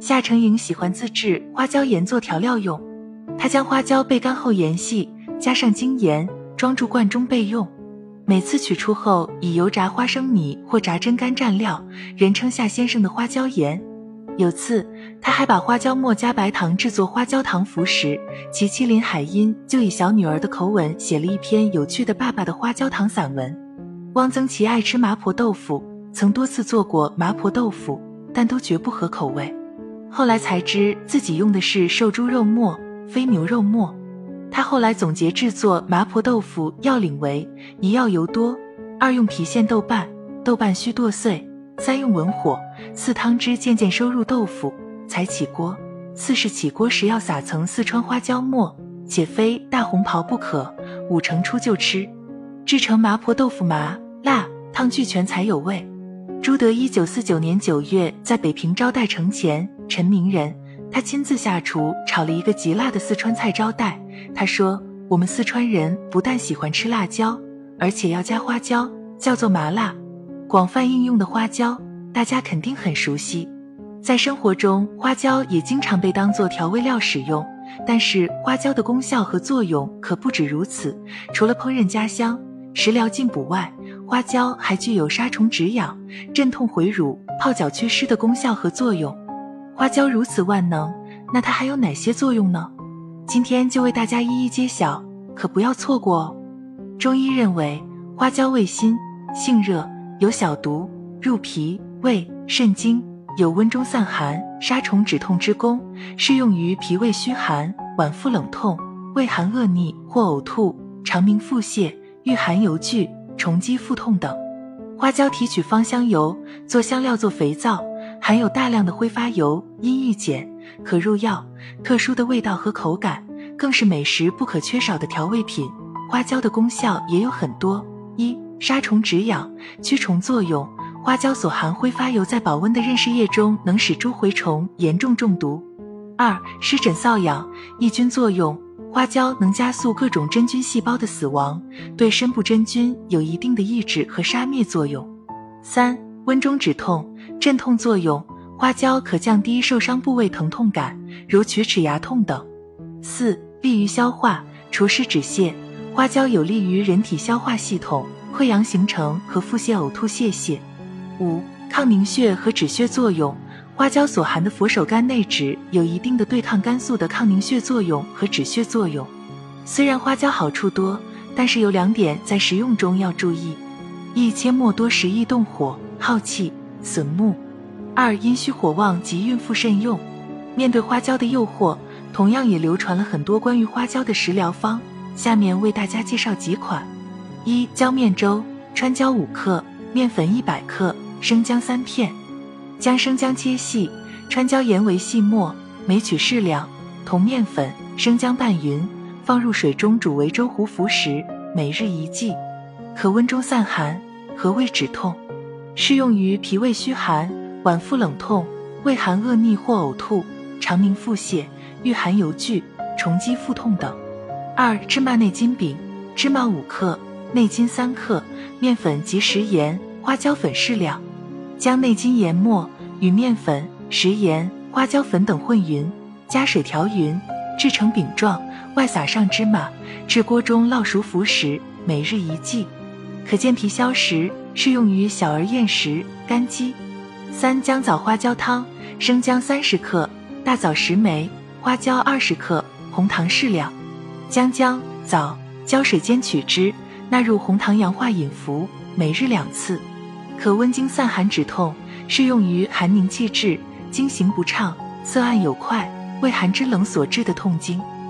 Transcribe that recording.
夏承莹喜欢自制花椒盐做调料用，她将花椒焙干后研细，加上精盐，装入罐中备用。每次取出后以油炸花生米或炸真干蘸料，人称夏先生的花椒盐。有次他还把花椒末加白糖制作花椒糖服食，其妻林海音就以小女儿的口吻写了一篇有趣的爸爸的花椒糖散文。汪曾祺爱吃麻婆豆腐，曾多次做过麻婆豆腐，但都绝不合口味。后来才知自己用的是瘦猪肉末，非牛肉末。他后来总结制作麻婆豆腐要领为：一要油多，2用郫县豆瓣，豆瓣须剁碎，3用文火，4汤汁渐渐收入豆腐，才起锅。4是起锅时要撒层四川花椒末，且非大红袍不可，5成出就吃。制成麻婆豆腐麻辣汤俱全才有味。朱德1949年9月在北平招待城前，陈明人，他亲自下厨炒了一个极辣的四川菜招待。他说，我们四川人不但喜欢吃辣椒，而且要加花椒，叫做麻辣。广泛应用的花椒大家肯定很熟悉，在生活中花椒也经常被当作调味料使用，但是花椒的功效和作用可不止如此。除了烹饪加香、食疗进补外，花椒还具有杀虫止痒、镇痛回乳、泡脚祛湿的功效和作用。花椒如此万能，那它还有哪些作用呢？今天就为大家一一揭晓，可不要错过哦。中医认为，花椒味辛，性热，有小毒，入脾、胃、肾经，有温中散寒、杀虫止痛之功，适用于脾胃虚寒、脘腹冷痛、胃寒恶逆或呕吐、肠鸣腹泻、遇寒犹惧、虫积腹痛等。花椒提取芳香油，做香料做肥皂，含有大量的挥发油、阴液碱，可入药，特殊的味道和口感，更是美食不可缺少的调味品。花椒的功效也有很多：一、杀虫止痒，驱虫作用。花椒所含挥发油在保温的认识液中能使猪蛔虫严重中毒。2、湿疹瘙痒，抑菌作用。花椒能加速各种真菌细胞的死亡，对深部真菌有一定的抑制和杀灭作用。3、温中止痛，镇痛作用。花椒可降低受伤部位疼痛感，如龋齿牙痛等。4、利于消化，除湿止泻。花椒有利于人体消化系统、溃疡形成和腹泻呕吐泄泻。5、抗凝血和止血作用。花椒所含的佛手柑内酯有一定的对抗肝素的抗凝血作用和止血作用。虽然花椒好处多，但是有2点在食用中要注意：一、切莫多食易动火、耗气、损目； 2、阴虚火旺及孕妇慎用。面对花椒的诱惑，同样也流传了很多关于花椒的食疗方，下面为大家介绍几款。1、椒面粥，川椒5克，面粉100克，生姜3片。将生姜切细，川椒研为细末，每取适量，同面粉、生姜拌匀，放入水中煮为粥糊服食，每日1剂，可温中散寒，和胃止痛，适用于脾胃虚寒、脘腹冷痛、胃寒恶逆或呕吐、肠鸣腹泻、遇寒犹惧、虫积腹痛等。2、芝麻内金饼，芝麻5克，内金3克，面粉及食盐、花椒粉适量。将内金研末与面粉、食盐、花椒粉等混匀，加水调匀，制成饼状，外撒上芝麻，至锅中烙熟服食，每日1剂，可健脾消食，适用于小儿厌食、肝积。3、姜枣花椒汤，生姜30克，大枣10枚，花椒20克，红糖适量。将姜、枣、胶水煎取汁，纳入红糖洋化饮服，每日2次。可温经散寒止痛，适用于寒凝气滞、经行不畅、色暗有块、胃寒肢冷所致的痛经。